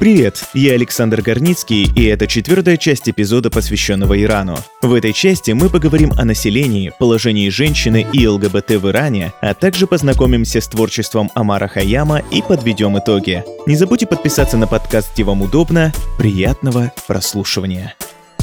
Привет, я Александр Горницкий, и это 4-я часть эпизода, посвященного Ирану. В этой части мы поговорим о населении, положении женщины и ЛГБТ в Иране, а также познакомимся с творчеством Омара Хайяма и подведем итоги. Не забудьте подписаться на подкаст, где вам удобно. Приятного прослушивания.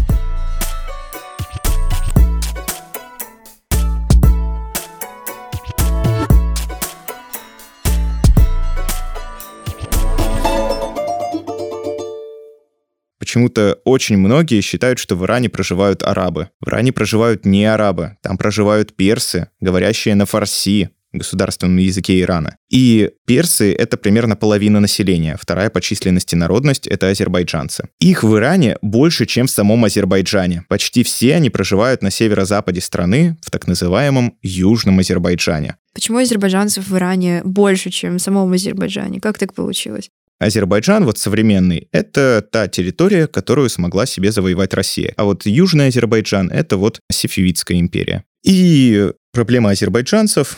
Почему-то очень многие считают, что в Иране проживают арабы. В Иране проживают не арабы, там проживают персы, говорящие на фарси, государственном языке Ирана. И персы — это примерно половина населения. Вторая по численности народность — это азербайджанцы. Их в Иране больше, чем в самом Азербайджане. Почти все они проживают на северо-западе страны, в так называемом Южном Азербайджане. Почему азербайджанцев в Иране больше, чем в самом Азербайджане? Как так получилось? Азербайджан, вот современный, это та территория, которую смогла себе завоевать Россия. А вот Южный Азербайджан — это вот Сефевидская империя. И проблема азербайджанцев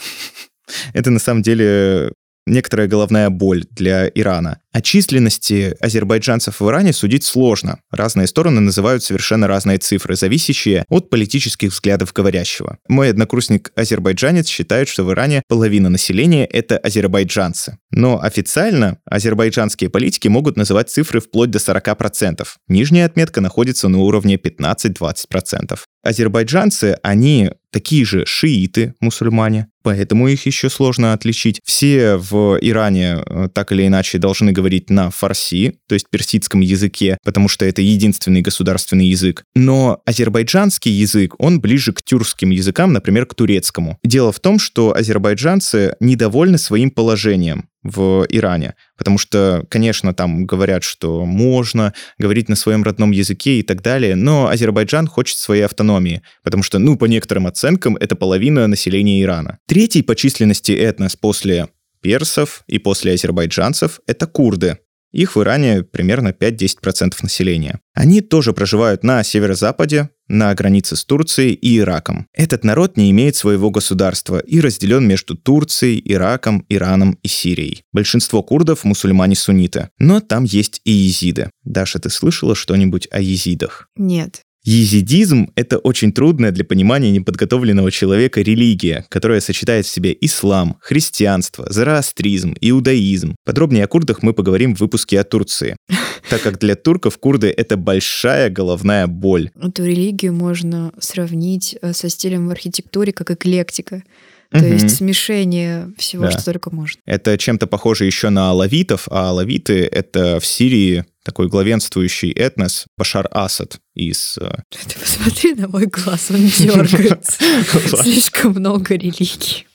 — это на самом деле некоторая головная боль для Ирана. О численности азербайджанцев в Иране судить сложно. Разные стороны называют совершенно разные цифры, зависящие от политических взглядов говорящего. Мой однокурсник-азербайджанец считает, что в Иране половина населения — это азербайджанцы. Но официально азербайджанские политики могут называть цифры вплоть до 40%. Нижняя отметка находится на уровне 15-20%. Азербайджанцы, они такие же шииты, мусульмане, поэтому их еще сложно отличить. Все в Иране так или иначе должны говорить на фарси, то есть персидском языке, потому что это единственный государственный язык. Но азербайджанский язык, он ближе к тюркским языкам, например, к турецкому. Дело в том, что азербайджанцы недовольны своим положением в Иране, потому что, конечно, там говорят, что можно говорить на своем родном языке и так далее, но Азербайджан хочет своей автономии, потому что, по некоторым оценкам, это половина населения Ирана. Третий по численности этнос после персов и после азербайджанцев — это курды. Их в Иране примерно 5-10% населения. Они тоже проживают на северо-западе, на границе с Турцией и Ираком. Этот народ не имеет своего государства и разделен между Турцией, Ираком, Ираном и Сирией. Большинство курдов — мусульмане-сунниты, но там есть и езиды. Даша, ты слышала что-нибудь о езидах? Нет. Езидизм — это очень трудная для понимания неподготовленного человека религия, которая сочетает в себе ислам, христианство, зороастризм, иудаизм. Подробнее о курдах мы поговорим в выпуске о Турции, так как для турков курды — это большая головная боль. Эту религию можно сравнить со стилем в архитектуре, как эклектика. То есть смешение всего, что только можно. Это чем-то похоже еще на алавитов, а алавиты — это в Сирии такой главенствующий этнос Башар Асад из... Ты посмотри на мой глаз, он дергается. Слишком много религий.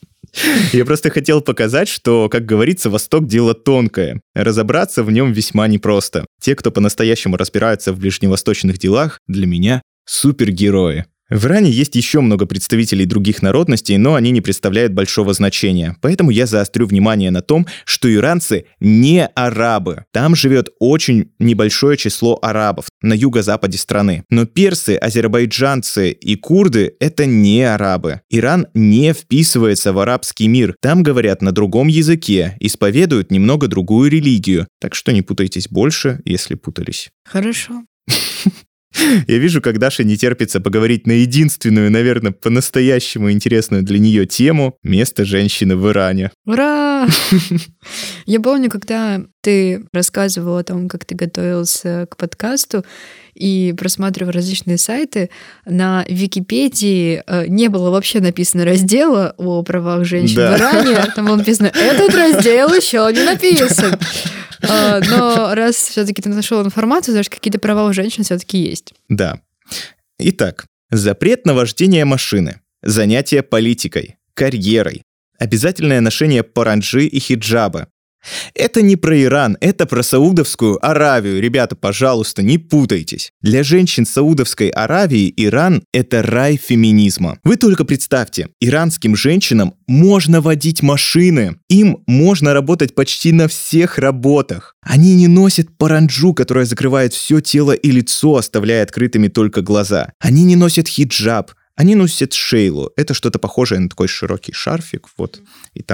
Я просто хотел показать, что, как говорится, Восток — дело тонкое. Разобраться в нем весьма непросто. Те, кто по-настоящему разбираются в ближневосточных делах, для меня супергерои. В Иране есть еще много представителей других народностей, но они не представляют большого значения. Поэтому я заострю внимание на том, что иранцы не арабы. Там живет очень небольшое число арабов на юго-западе страны. Но персы, азербайджанцы и курды — это не арабы. Иран не вписывается в арабский мир. Там говорят на другом языке, исповедуют немного другую религию. Так что не путайтесь больше, если путались. Хорошо. Я вижу, как Даша не терпится поговорить на единственную, наверное, по-настоящему интересную для нее тему — место женщины в Иране. Ура! Я помню, когда ты рассказывал о том, как ты готовился к подкасту и просматривал различные сайты, на Википедии не было вообще написано раздела о правах женщин в Иране. Там было написано: этот раздел еще не написан. Но раз все-таки ты нашел информацию, значит, какие-то права у женщин все-таки есть. Да. Итак, запрет на вождение машины, занятие политикой, карьерой, обязательное ношение паранджи и хиджаба. Это не про Иран, это про Саудовскую Аравию. Ребята, пожалуйста, не путайтесь. Для женщин Саудовской Аравии Иран — это рай феминизма. Вы только представьте, иранским женщинам можно водить машины, им можно работать почти на всех работах. Они не носят паранджу, которая закрывает все тело и лицо, оставляя открытыми только глаза. Они не носят хиджаб, они носят шейлу. Это что-то похожее на такой широкий шарфик, вот, и там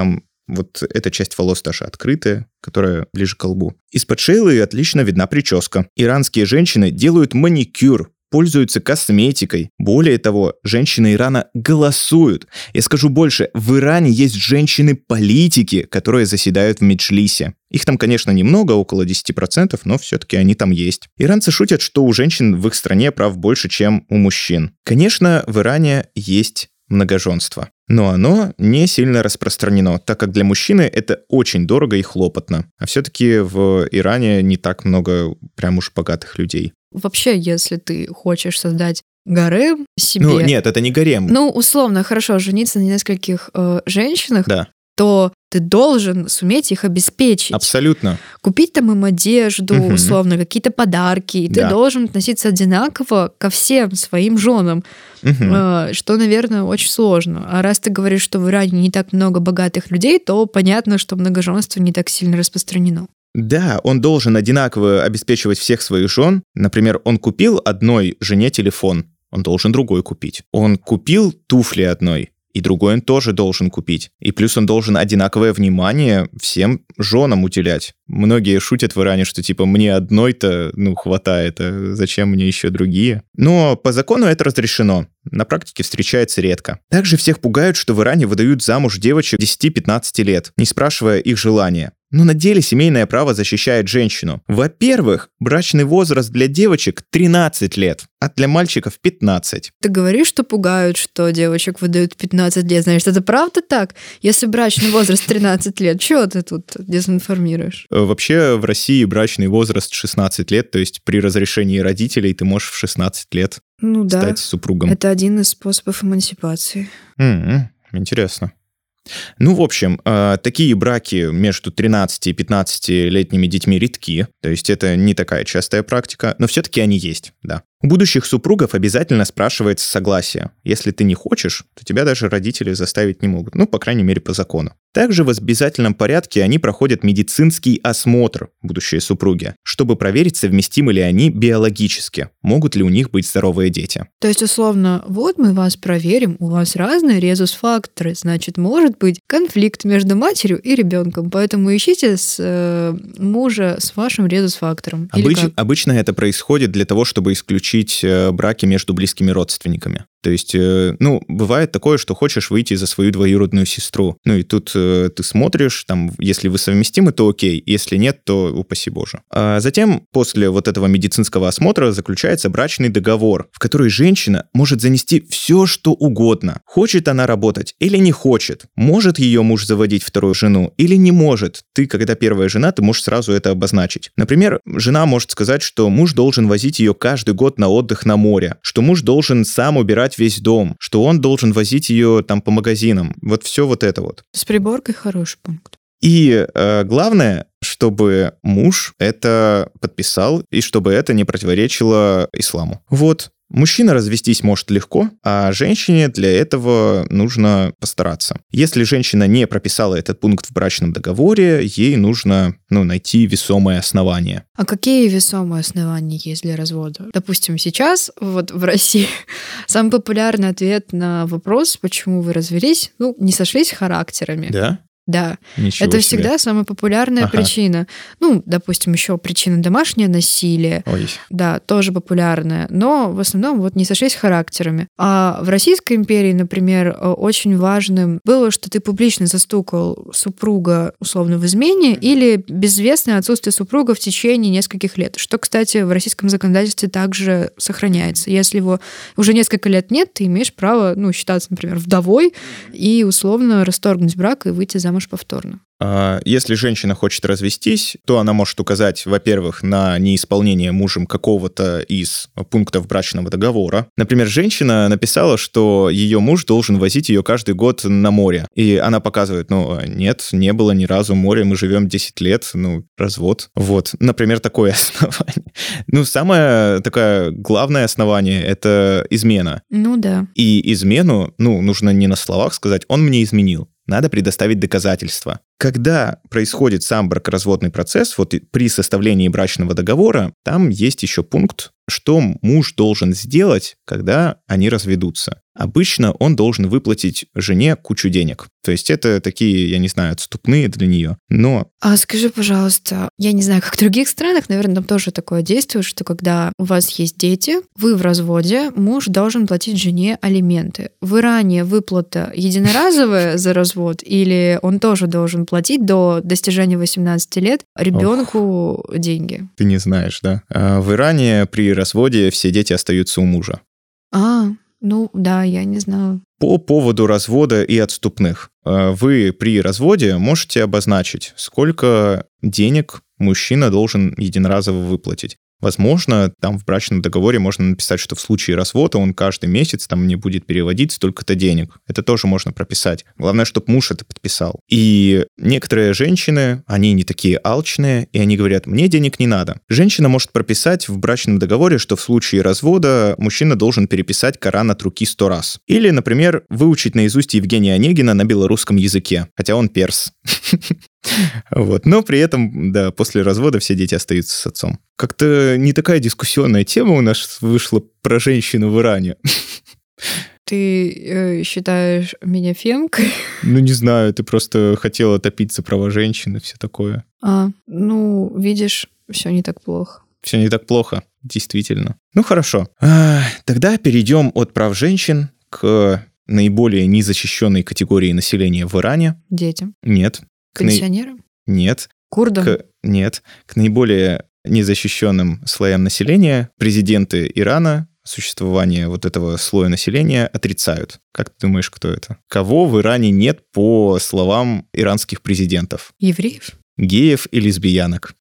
Вот эта часть волос даже открытая, которая ближе к лбу. Из-под шейлы отлично видна прическа. Иранские женщины делают маникюр, пользуются косметикой. Более того, женщины Ирана голосуют. Я скажу больше, в Иране есть женщины-политики, которые заседают в Меджлисе. Их там, конечно, немного, около 10%, но все-таки они там есть. Иранцы шутят, что у женщин в их стране прав больше, чем у мужчин. Конечно, в Иране есть многоженство. Но оно не сильно распространено, так как для мужчины это очень дорого и хлопотно. А все-таки в Иране не так много прям уж богатых людей. Вообще, если ты хочешь создать гарем себе... Ну, нет, это не гарем. Ну, условно, хорошо, жениться на нескольких женщинах, да. То ты должен суметь их обеспечить. Абсолютно. Купить там им одежду, условно, какие-то подарки. И ты должен относиться одинаково ко всем своим женам, что, наверное, очень сложно. А раз ты говоришь, что в Иране не так много богатых людей, то понятно, что многоженство не так сильно распространено. Да, он должен одинаково обеспечивать всех своих жен. Например, он купил одной жене телефон, он должен другой купить. Он купил туфли одной, и другой он тоже должен купить. И плюс он должен одинаковое внимание всем женам уделять. Многие шутят в Иране, что типа мне одной-то, хватает, а зачем мне еще другие? Но по закону это разрешено. На практике встречается редко. Также всех пугают, что в Иране выдают замуж девочек 10-15 лет, не спрашивая их желания. Но на деле семейное право защищает женщину. Во-первых, брачный возраст для девочек 13 лет, а для мальчиков 15. Ты говоришь, что пугают, что девочек выдают 15 лет. Значит, это правда так? Если брачный возраст 13 лет, чего ты тут дезинформируешь? Вообще в России брачный возраст 16 лет, то есть при разрешении родителей ты можешь в 16 лет стать супругом. Это один из способов эмансипации. Интересно. В общем, такие браки между 13 и 15-летними детьми редки, то есть это не такая частая практика, но все-таки они есть, да. У будущих супругов обязательно спрашивается согласие. Если ты не хочешь, то тебя даже родители заставить не могут, по крайней мере, по закону. Также в обязательном порядке они проходят медицинский осмотр, будущие супруги, чтобы проверить, совместимы ли они биологически, могут ли у них быть здоровые дети. То есть, условно, вот мы вас проверим, у вас разные резус-факторы, значит, может быть конфликт между матерью и ребенком, поэтому ищите мужа с вашим резус-фактором. Обычно это происходит для того, чтобы исключить браки между близкими родственниками. То есть, бывает такое, что хочешь выйти за свою двоюродную сестру. И тут ты смотришь, там, если вы совместимы, то окей, если нет, то упаси боже. А затем, после вот этого медицинского осмотра, заключается брачный договор, в который женщина может занести все, что угодно. Хочет она работать или не хочет. Может ее муж заводить вторую жену или не может. Ты, когда первая жена, ты можешь сразу это обозначить. Например, жена может сказать, что муж должен возить ее каждый год на отдых на море, что муж должен сам убирать весь дом, что он должен возить ее там по магазинам. Вот все вот это вот. С приборкой хороший пункт. И главное, чтобы муж это подписал, и чтобы это не противоречило исламу. Вот. Мужчина развестись может легко, а женщине для этого нужно постараться. Если женщина не прописала этот пункт в брачном договоре, ей нужно, найти весомое основание. А какие весомые основания есть для развода? Допустим, сейчас вот в России самый популярный ответ на вопрос, почему вы развелись, не сошлись характерами. Да? Да, Ничего это себе. всегда самая популярная причина. Допустим, еще причина домашнее насилие. Ой. Да, тоже популярная. Но в основном не сошлись характерами. А в Российской империи, например, очень важным было, что ты публично застукал супруга условно в измене или безвестное отсутствие супруга в течение нескольких лет. Что, кстати, в российском законодательстве также сохраняется. Если его уже несколько лет нет, ты имеешь право, считаться, например, вдовой и условно расторгнуть брак и выйти замуж повторно. Если женщина хочет развестись, то она может указать, во-первых, на неисполнение мужем какого-то из пунктов брачного договора. Например, женщина написала, что ее муж должен возить ее каждый год на море. И она показывает, нет, не было ни разу моря, мы живем 10 лет, развод. Вот, например, такое основание. Самое такое главное основание — это измена. Да. И измену, нужно не на словах сказать, он мне изменил. Надо предоставить доказательства. Когда происходит сам бракоразводный процесс, вот при составлении брачного договора, там есть еще пункт, что муж должен сделать, когда они разведутся. Обычно он должен выплатить жене кучу денег. То есть это такие, я не знаю, отступные для нее. Но... А скажи, пожалуйста, я не знаю, как в других странах, наверное, там тоже такое действует, что когда у вас есть дети, вы в разводе, муж должен платить жене алименты. В Иране выплата единоразовая за развод или он тоже должен платить до достижения 18 лет ребенку деньги? Ты не знаешь, да? В Иране при разводе все дети остаются у мужа. Ну да, я не знаю. По поводу развода и отступных. Вы при разводе можете обозначить, сколько денег мужчина должен единоразово выплатить. Возможно, там в брачном договоре можно написать, что в случае развода он каждый месяц там мне будет переводить столько-то денег. Это тоже можно прописать. Главное, чтобы муж это подписал. И некоторые женщины, они не такие алчные, и они говорят, мне денег не надо. Женщина может прописать в брачном договоре, что в случае развода мужчина должен переписать Коран от руки 100 раз. Или, например, выучить наизусть Евгения Онегина на белорусском языке, хотя он перс. Вот. Но при этом, да, после развода все дети остаются с отцом. Как-то не такая дискуссионная тема у нас вышла про женщину в Иране. Ты считаешь меня фемкой? Ну, не знаю, ты просто хотела топить за права женщин и все такое. Ну, видишь, все не так плохо. Все не так плохо, действительно. Ну, хорошо. Тогда перейдем от прав женщин к наиболее незащищенной категории населения в Иране. Детям? Нет. Пенсионерам? Нет. Курдам? Нет. К наиболее незащищенным слоям населения президенты Ирана существование вот этого слоя населения отрицают. Как ты думаешь, кто это? Кого в Иране нет по словам иранских президентов? Евреев? Геев и лесбиянок.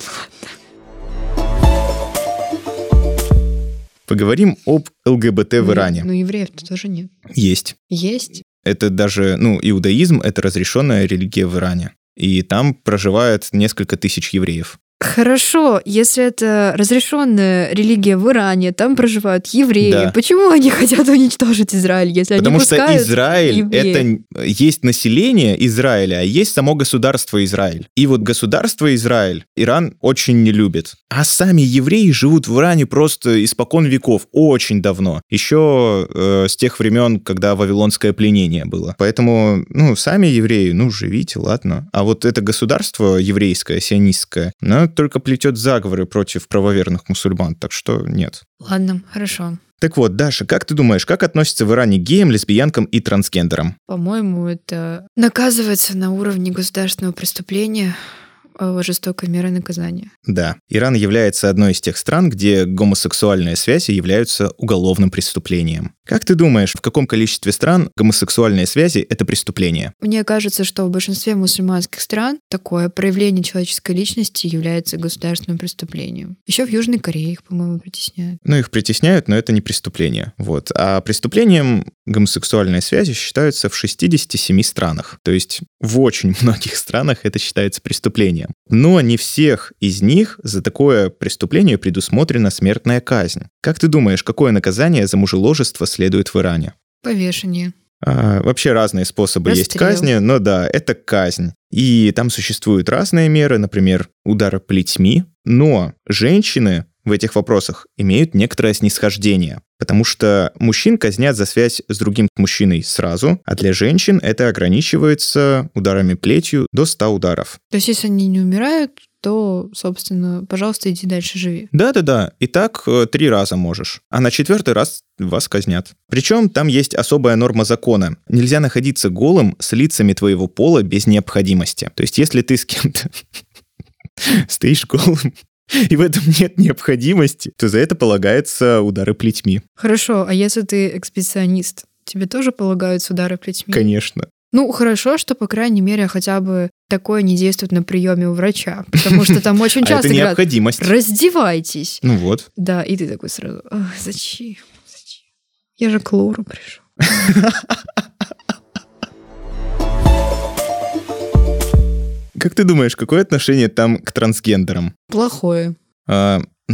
Поговорим об ЛГБТ в Иране. Ну, евреев-то тоже нет. Есть. Есть? Это даже, иудаизм — это разрешенная религия в Иране. И там проживает несколько тысяч евреев. Хорошо, если это разрешенная религия в Иране, там проживают евреи. Да. Почему они хотят уничтожить Израиль, если Потому они пускают что Израиль евреев? — это есть население Израиля, а есть само государство Израиль. И вот государство Израиль Иран очень не любит. А сами евреи живут в Иране просто испокон веков, очень давно. Еще с тех времен, когда вавилонское пленение было. Поэтому, сами евреи, живите, ладно. А вот это государство еврейское, сионистское, только плетет заговоры против правоверных мусульман, так что нет. Ладно, хорошо. Так вот, Даша, как ты думаешь, как относятся в Иране к геям, лесбиянкам и трансгендерам? По-моему, это наказывается на уровне государственного преступления, жестокой мерой наказания. Да. Иран является одной из тех стран, где гомосексуальные связи являются уголовным преступлением. Как ты думаешь, в каком количестве стран гомосексуальные связи — это преступление? Мне кажется, что в большинстве мусульманских стран такое проявление человеческой личности является государственным преступлением. Еще в Южной Корее их, по-моему, притесняют. Их притесняют, но это не преступление. Вот. А преступлением гомосексуальные связи считаются в 67 странах. То есть в очень многих странах это считается преступлением. Но не всех из них за такое преступление предусмотрена смертная казнь. Как ты думаешь, какое наказание за мужеложество следует в Иране? Повешение. Вообще разные способы Расстрел. есть казни, но да, это казнь. И там существуют разные меры, например, удар плетьми. Но женщины в этих вопросах имеют некоторое снисхождение, потому что мужчин казнят за связь с другим мужчиной сразу, а для женщин это ограничивается ударами плетью до 100 ударов. То есть, если они не умирают, то, собственно, пожалуйста, иди дальше живи. Да-да-да, и так 3 раза можешь, а на 4-й раз вас казнят. Причем там есть особая норма закона. Нельзя находиться голым с лицами твоего пола без необходимости. То есть, если ты с кем-то стоишь голым, и в этом нет необходимости, то за это полагаются удары плетьми. Хорошо, а если ты экспедиционист, тебе тоже полагаются удары плетьми? Конечно. Хорошо, что, по крайней мере, хотя бы такое не действует на приеме у врача, потому что там очень часто это говорят: необходимость. раздевайтесь. Вот. Да, и ты такой сразу: зачем? Я же к Лору пришел. Как ты думаешь, какое отношение там к трансгендерам? Плохое.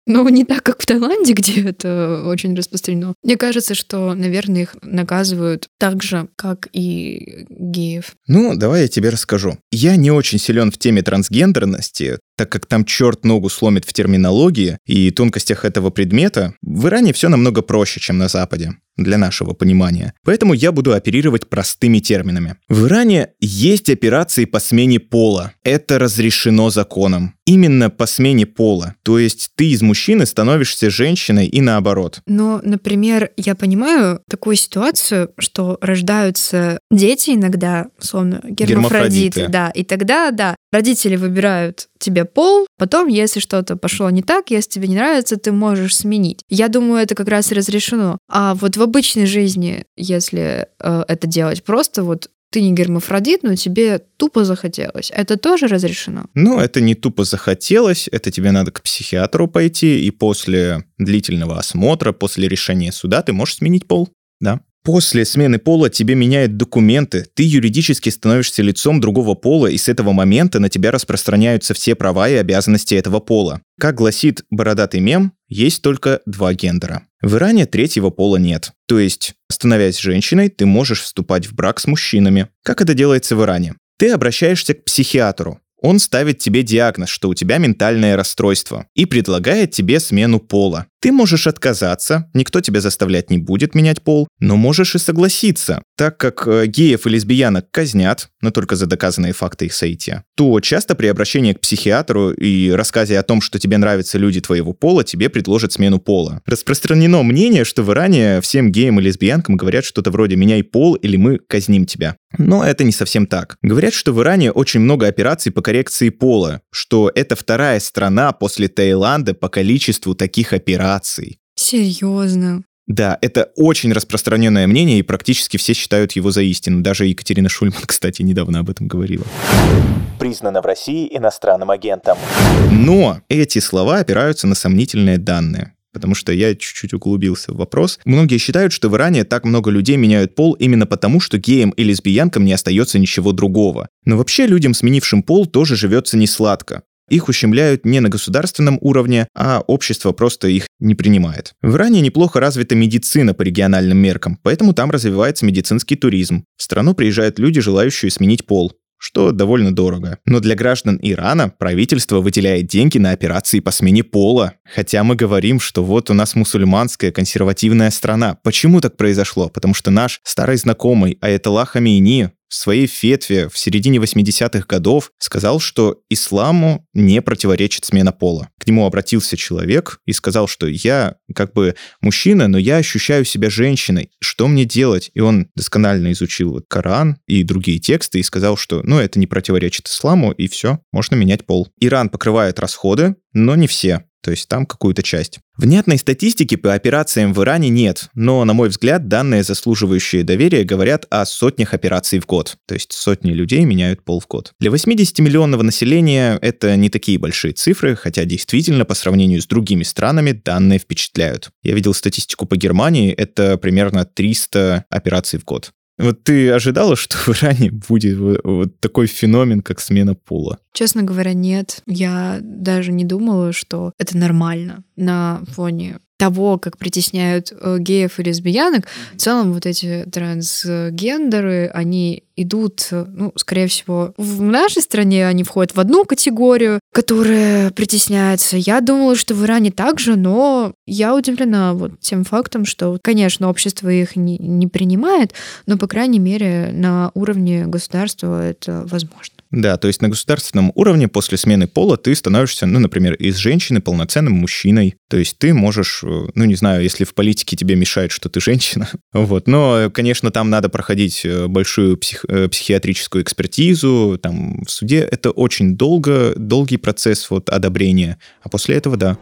Ну, не так, как в Таиланде, где это очень распространено. Мне кажется, что, наверное, их наказывают так же, как и геев. Ну, давай я тебе расскажу. Я не очень силен в теме трансгендерности, так как там черт ногу сломит в терминологии и тонкостях этого предмета. В Иране все намного проще, чем на Западе, для нашего понимания. Поэтому я буду оперировать простыми терминами. В Иране есть операции по смене пола. Это разрешено законом. Именно по смене пола. То есть ты из мужчины становишься женщиной и наоборот. Но, например, я понимаю такую ситуацию, что рождаются дети иногда, условно, гермафродиты. Да, и тогда, да, родители выбирают тебе пол, потом, если что-то пошло не так, если тебе не нравится, ты можешь сменить. Я думаю, это как раз разрешено. А вот в обычной жизни, если это делать просто вот ты не гермафродит, но тебе тупо захотелось. Это тоже разрешено? Ну, это не тупо захотелось, это тебе надо к психиатру пойти, и после длительного осмотра, после решения суда ты можешь сменить пол, да. После смены пола тебе меняют документы, ты юридически становишься лицом другого пола, и с этого момента на тебя распространяются все права и обязанности этого пола. Как гласит бородатый мем, есть только два гендера. В Иране третьего пола нет. То есть, становясь женщиной, ты можешь вступать в брак с мужчинами. Как это делается в Иране? Ты обращаешься к психиатру. Он ставит тебе диагноз, что у тебя ментальное расстройство, и предлагает тебе смену пола. Ты можешь отказаться, никто тебя заставлять не будет менять пол, но можешь и согласиться. Так как геев и лесбиянок казнят, но только за доказанные факты их соития, то часто при обращении к психиатру и рассказе о том, что тебе нравятся люди твоего пола, тебе предложат смену пола. Распространено мнение, что в Иране всем геям и лесбиянкам говорят что-то вроде «меняй пол» или «мы казним тебя». Но это не совсем так. Говорят, что в Иране очень много операций по коррекции пола, что это вторая страна после Таиланда по количеству таких операций. Серьезно? Да, это очень распространенное мнение, и практически все считают его за истину. Даже Екатерина Шульман, кстати, недавно об этом говорила. Признана в России иностранным агентом. Но эти слова опираются на сомнительные данные. Потому что я чуть-чуть углубился в вопрос. Многие считают, что в Иране так много людей меняют пол именно потому, что геям и лесбиянкам не остается ничего другого. Но вообще людям, сменившим пол, тоже живется несладко. Их ущемляют не на государственном уровне, а общество просто их не принимает. В Иране неплохо развита медицина по региональным меркам, поэтому там развивается медицинский туризм. В страну приезжают люди, желающие сменить пол, что довольно дорого. Но для граждан Ирана правительство выделяет деньги на операции по смене пола. Хотя мы говорим, что вот у нас мусульманская консервативная страна. Почему так произошло? Потому что наш старый знакомый Аятолла Хамейни в своей фетве в середине 80-х годов сказал, что исламу не противоречит смена пола. К нему обратился человек и сказал, что я как бы мужчина, но я ощущаю себя женщиной. Что мне делать? И он досконально изучил Коран и другие тексты и сказал, что это не противоречит исламу, и все, можно менять пол. Иран покрывает расходы, но не все. То есть там какую-то часть. Внятной статистики по операциям в Иране нет, но, на мой взгляд, данные, заслуживающие доверия, говорят о сотнях операций в год. То есть сотни людей меняют пол в год. Для 80-миллионного населения это не такие большие цифры, хотя действительно по сравнению с другими странами данные впечатляют. Я видел статистику по Германии, это примерно 300 операций в год. Вот ты ожидала, что в Иране будет вот такой феномен, как смена пола? Честно говоря, нет. Я даже не думала, что это нормально на фоне того, как притесняют геев и лесбиянок. В целом вот эти трансгендеры, они идут, скорее всего, в нашей стране они входят в одну категорию, которая притесняется. Я думала, что в Иране так же, но я удивлена вот тем фактом, что, конечно, общество их не принимает, но, по крайней мере, на уровне государства это возможно. Да, то есть на государственном уровне после смены пола ты становишься, например, из женщины полноценным мужчиной. То есть ты можешь, не знаю, если в политике тебе мешает, что ты женщина, но, конечно, там надо проходить большую психиатрическую экспертизу, там в суде это очень долгий процесс одобрения, а после этого да.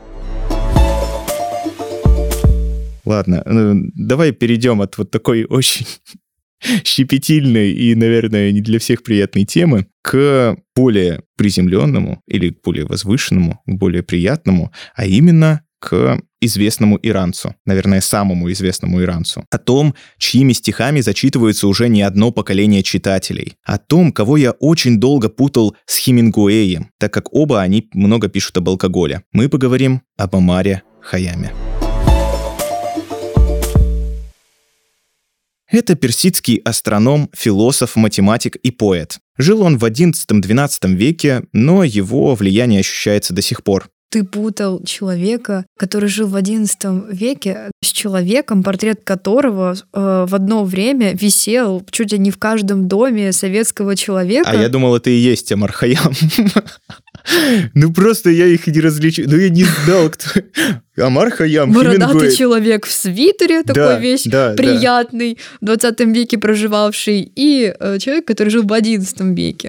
Ладно, давай перейдем от вот такой очень щепетильной и, наверное, не для всех приятной темы к более приземленному или к более возвышенному, к более приятному, а именно к известному иранцу, наверное, самому известному иранцу, о том, чьими стихами зачитывается уже не одно поколение читателей, о том, кого я очень долго путал с Хемингуэем, так как оба они много пишут об алкоголе. Мы поговорим об Омаре Хайяме. Это персидский астроном, философ, математик и поэт. Жил он в XI-XII веке, но его влияние ощущается до сих пор. Ты путал человека, который жил в XI веке, с человеком, портрет которого в одно время висел чуть ли не в каждом доме советского человека. А я думал, это и есть Омар Хайям. Ну просто я их не различил. Ну я не знал, кто... Омар Хайям, Хемингуэй. Бородатый человек в свитере, такой весь приятный, в 20 веке проживавший, и человек, который жил в XI веке.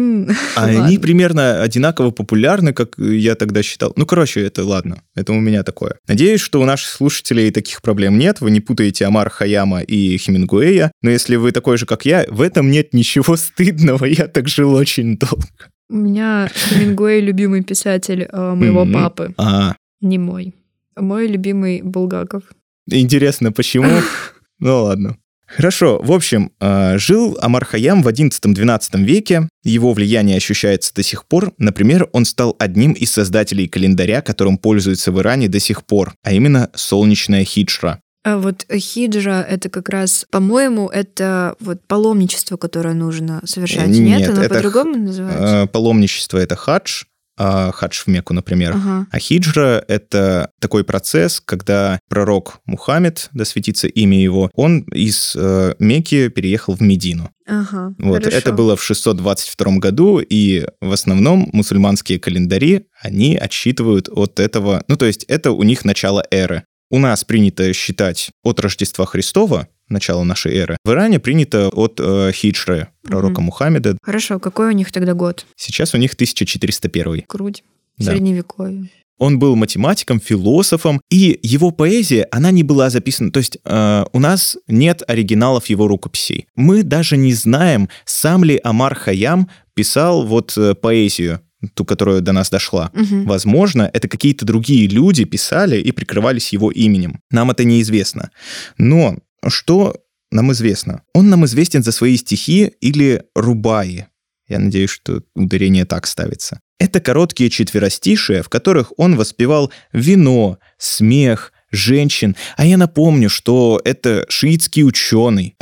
Они примерно одинаково популярны, как я тогда считал. Ну, короче, это ладно, это у меня такое. Надеюсь, что у наших слушателей таких проблем нет, вы не путаете Омара Хайяма и Хемингуэя, но если вы такой же, как я, в этом нет ничего стыдного, я так жил очень долго. У меня Хемингуэй любимый писатель моего папы, не мой. Мой любимый Булгаков. Интересно, почему? Ну, ладно. Хорошо, в общем, жил Омар Хайям в XI-XII веке, его влияние ощущается до сих пор. Например, он стал одним из создателей календаря, которым пользуются в Иране до сих пор, а именно солнечная хиджра. А вот хиджра — это как раз, по-моему, это вот паломничество, которое нужно совершать. Нет, оно по-другому называется? Паломничество — это хадж, хадж в Мекку, например. А хиджра — это такой процесс, когда пророк Мухаммед, да светится имя его, он из Мекки переехал в Медину. Вот, это было в 622 году, и в основном мусульманские календари, они отсчитывают от этого, ну то есть это у них начало эры. У нас принято считать от Рождества Христова, начала нашей эры. В Иране принято от хиджры пророка Мухаммеда. Хорошо, какой у них тогда год? Сейчас у них 1401. Круть. Средневековье. Он был математиком, философом, и его поэзия, она не была записана. То есть у нас нет оригиналов его рукописей. Мы даже не знаем, сам ли Омар Хайям писал вот поэзию, ту, которая до нас дошла. Возможно, это какие-то другие люди писали и прикрывались его именем. Нам это неизвестно. Но что нам известно? Он нам известен за свои стихи или рубаи. Я надеюсь, что ударение так ставится. Это короткие четверостишия, в которых он воспевал вино, смех, женщин. А я напомню, что это шиитский ученый,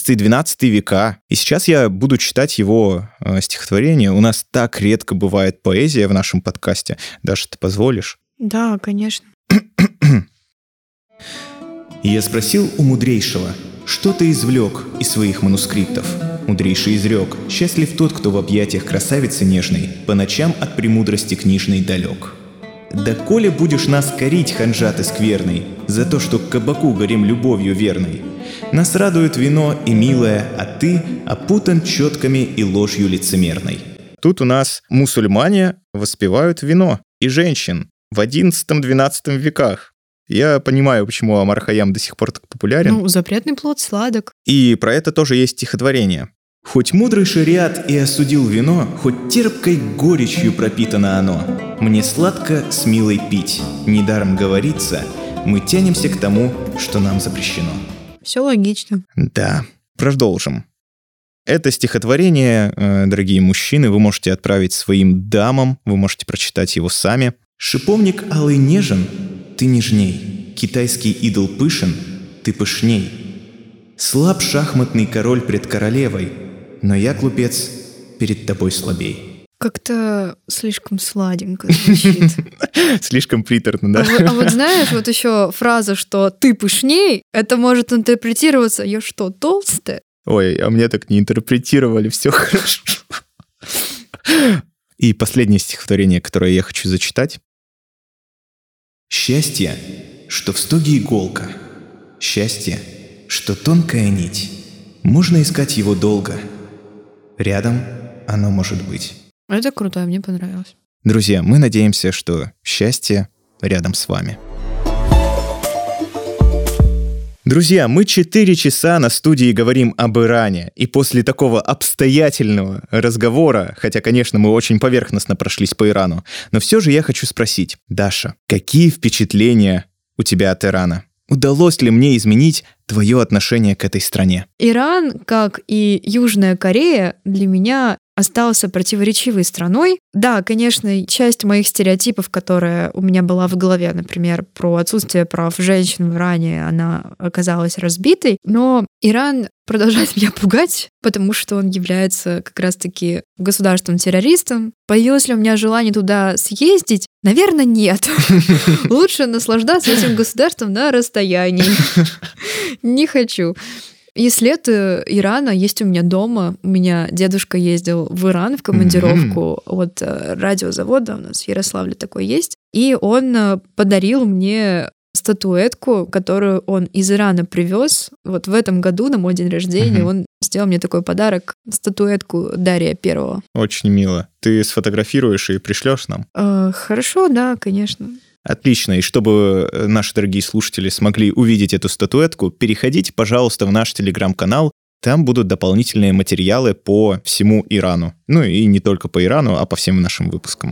11-12 века. И сейчас я буду читать его стихотворение. У нас так редко бывает поэзия в нашем подкасте. Даша, ты позволишь? Да, конечно. Я спросил у мудрейшего, что ты извлек из своих манускриптов. Мудрейший изрек: счастлив тот, кто в объятиях красавицы нежной по ночам от премудрости книжной далек. Да коли будешь нас корить, ханжа ты скверный, за то, что к кабаку горим любовью верной. Нас радует вино и милое, а ты опутан четками и ложью лицемерной. Тут у нас мусульмане воспевают вино и женщин в 11-12 веках. Я понимаю, почему Омар Хайям до сих пор так популярен. Ну, запретный плод сладок. И про это тоже есть стихотворение. Хоть мудрый шариат и осудил вино, хоть терпкой горечью пропитано оно, мне сладко с милой пить. Недаром говорится, мы тянемся к тому, что нам запрещено. Все логично. Да. Продолжим. Это стихотворение, дорогие мужчины, вы можете отправить своим дамам, вы можете прочитать его сами. «Шиповник алый нежен, ты нежней, китайский идол пышен, ты пышней. Слаб шахматный король пред королевой, но я, глупец, перед тобой слабей». Как-то слишком сладенько звучит. Слишком приторно, да? А вот знаешь, вот еще фраза, что «ты пышней», это может интерпретироваться «я что, толстая?» Ой, а мне так не интерпретировали, все хорошо. И последнее стихотворение, которое я хочу зачитать. «Счастье, что в стоге иголка, счастье, что тонкая нить, можно искать его долго, рядом оно может быть». Это круто, мне понравилось. Друзья, мы надеемся, что счастье рядом с вами. Друзья, мы 4 часа на студии говорим об Иране, и после такого обстоятельного разговора, хотя, конечно, мы очень поверхностно прошлись по Ирану, но все же я хочу спросить, Даша, какие впечатления у тебя от Ирана? Удалось ли мне изменить твое отношение к этой стране? Иран, как и Южная Корея, для меня остался противоречивой страной. Да, конечно, часть моих стереотипов, которая у меня была в голове, например, про отсутствие прав женщин в Иране, она оказалась разбитой, но Иран продолжает меня пугать, потому что он является как раз-таки государством-террористом. Появилось ли у меня желание туда съездить? Наверное, нет. Лучше наслаждаться этим государством на расстоянии. Не хочу. И след Ирана есть у меня дома. У меня дедушка ездил в Иран в командировку от радиозавода, у нас в Ярославле такой есть. И он подарил мне статуэтку, которую он из Ирана привез. Вот в этом году на мой день рождения он сделал мне такой подарок, статуэтку Дария Первого. Очень мило. Ты сфотографируешь и пришлешь нам? Хорошо, да, конечно. Отлично. И чтобы наши дорогие слушатели смогли увидеть эту статуэтку, переходите, пожалуйста, в наш телеграм-канал. Там будут дополнительные материалы по всему Ирану. Ну и не только по Ирану, а по всем нашим выпускам.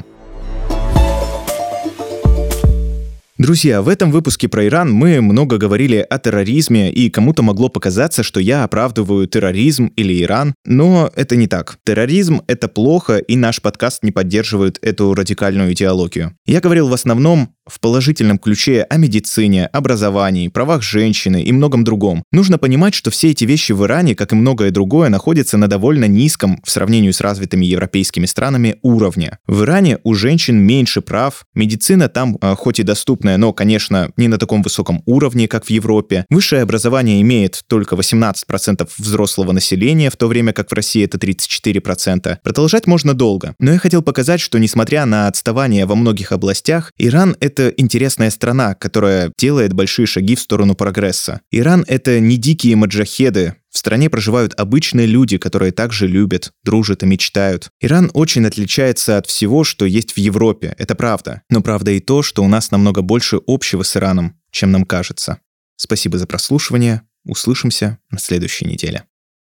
Друзья, в этом выпуске про Иран мы много говорили о терроризме, и кому-то могло показаться, что я оправдываю терроризм или Иран, но это не так. Терроризм — это плохо, и наш подкаст не поддерживает эту радикальную идеологию. Я говорил в основном в положительном ключе о медицине, образовании, правах женщины и многом другом. Нужно понимать, что все эти вещи в Иране, как и многое другое, находятся на довольно низком, в сравнении с развитыми европейскими странами, уровне. В Иране у женщин меньше прав, медицина там хоть и доступная, но, конечно, не на таком высоком уровне, как в Европе. Высшее образование имеет только 18% взрослого населения, в то время как в России это 34%. Продолжать можно долго. Но я хотел показать, что несмотря на отставание во многих областях, Иран — это интересная страна, которая делает большие шаги в сторону прогресса. Иран — это не дикие маджахеды. В стране проживают обычные люди, которые также любят, дружат и мечтают. Иран очень отличается от всего, что есть в Европе, это правда. Но правда и то, что у нас намного больше общего с Ираном, чем нам кажется. Спасибо за прослушивание. Услышимся на следующей неделе.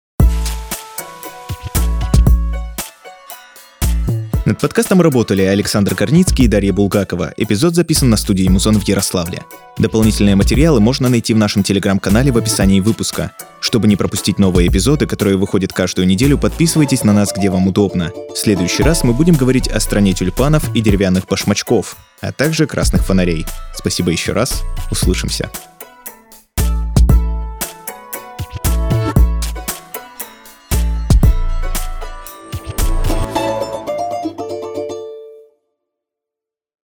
Над подкастом работали Александр Корницкий и Дарья Булгакова. Эпизод записан на студии Музон в Ярославле. Дополнительные материалы можно найти в нашем телеграм-канале в описании выпуска. Чтобы не пропустить новые эпизоды, которые выходят каждую неделю, подписывайтесь на нас, где вам удобно. В следующий раз мы будем говорить о стране тюльпанов и деревянных башмачков, а также красных фонарей. Спасибо еще раз. Услышимся.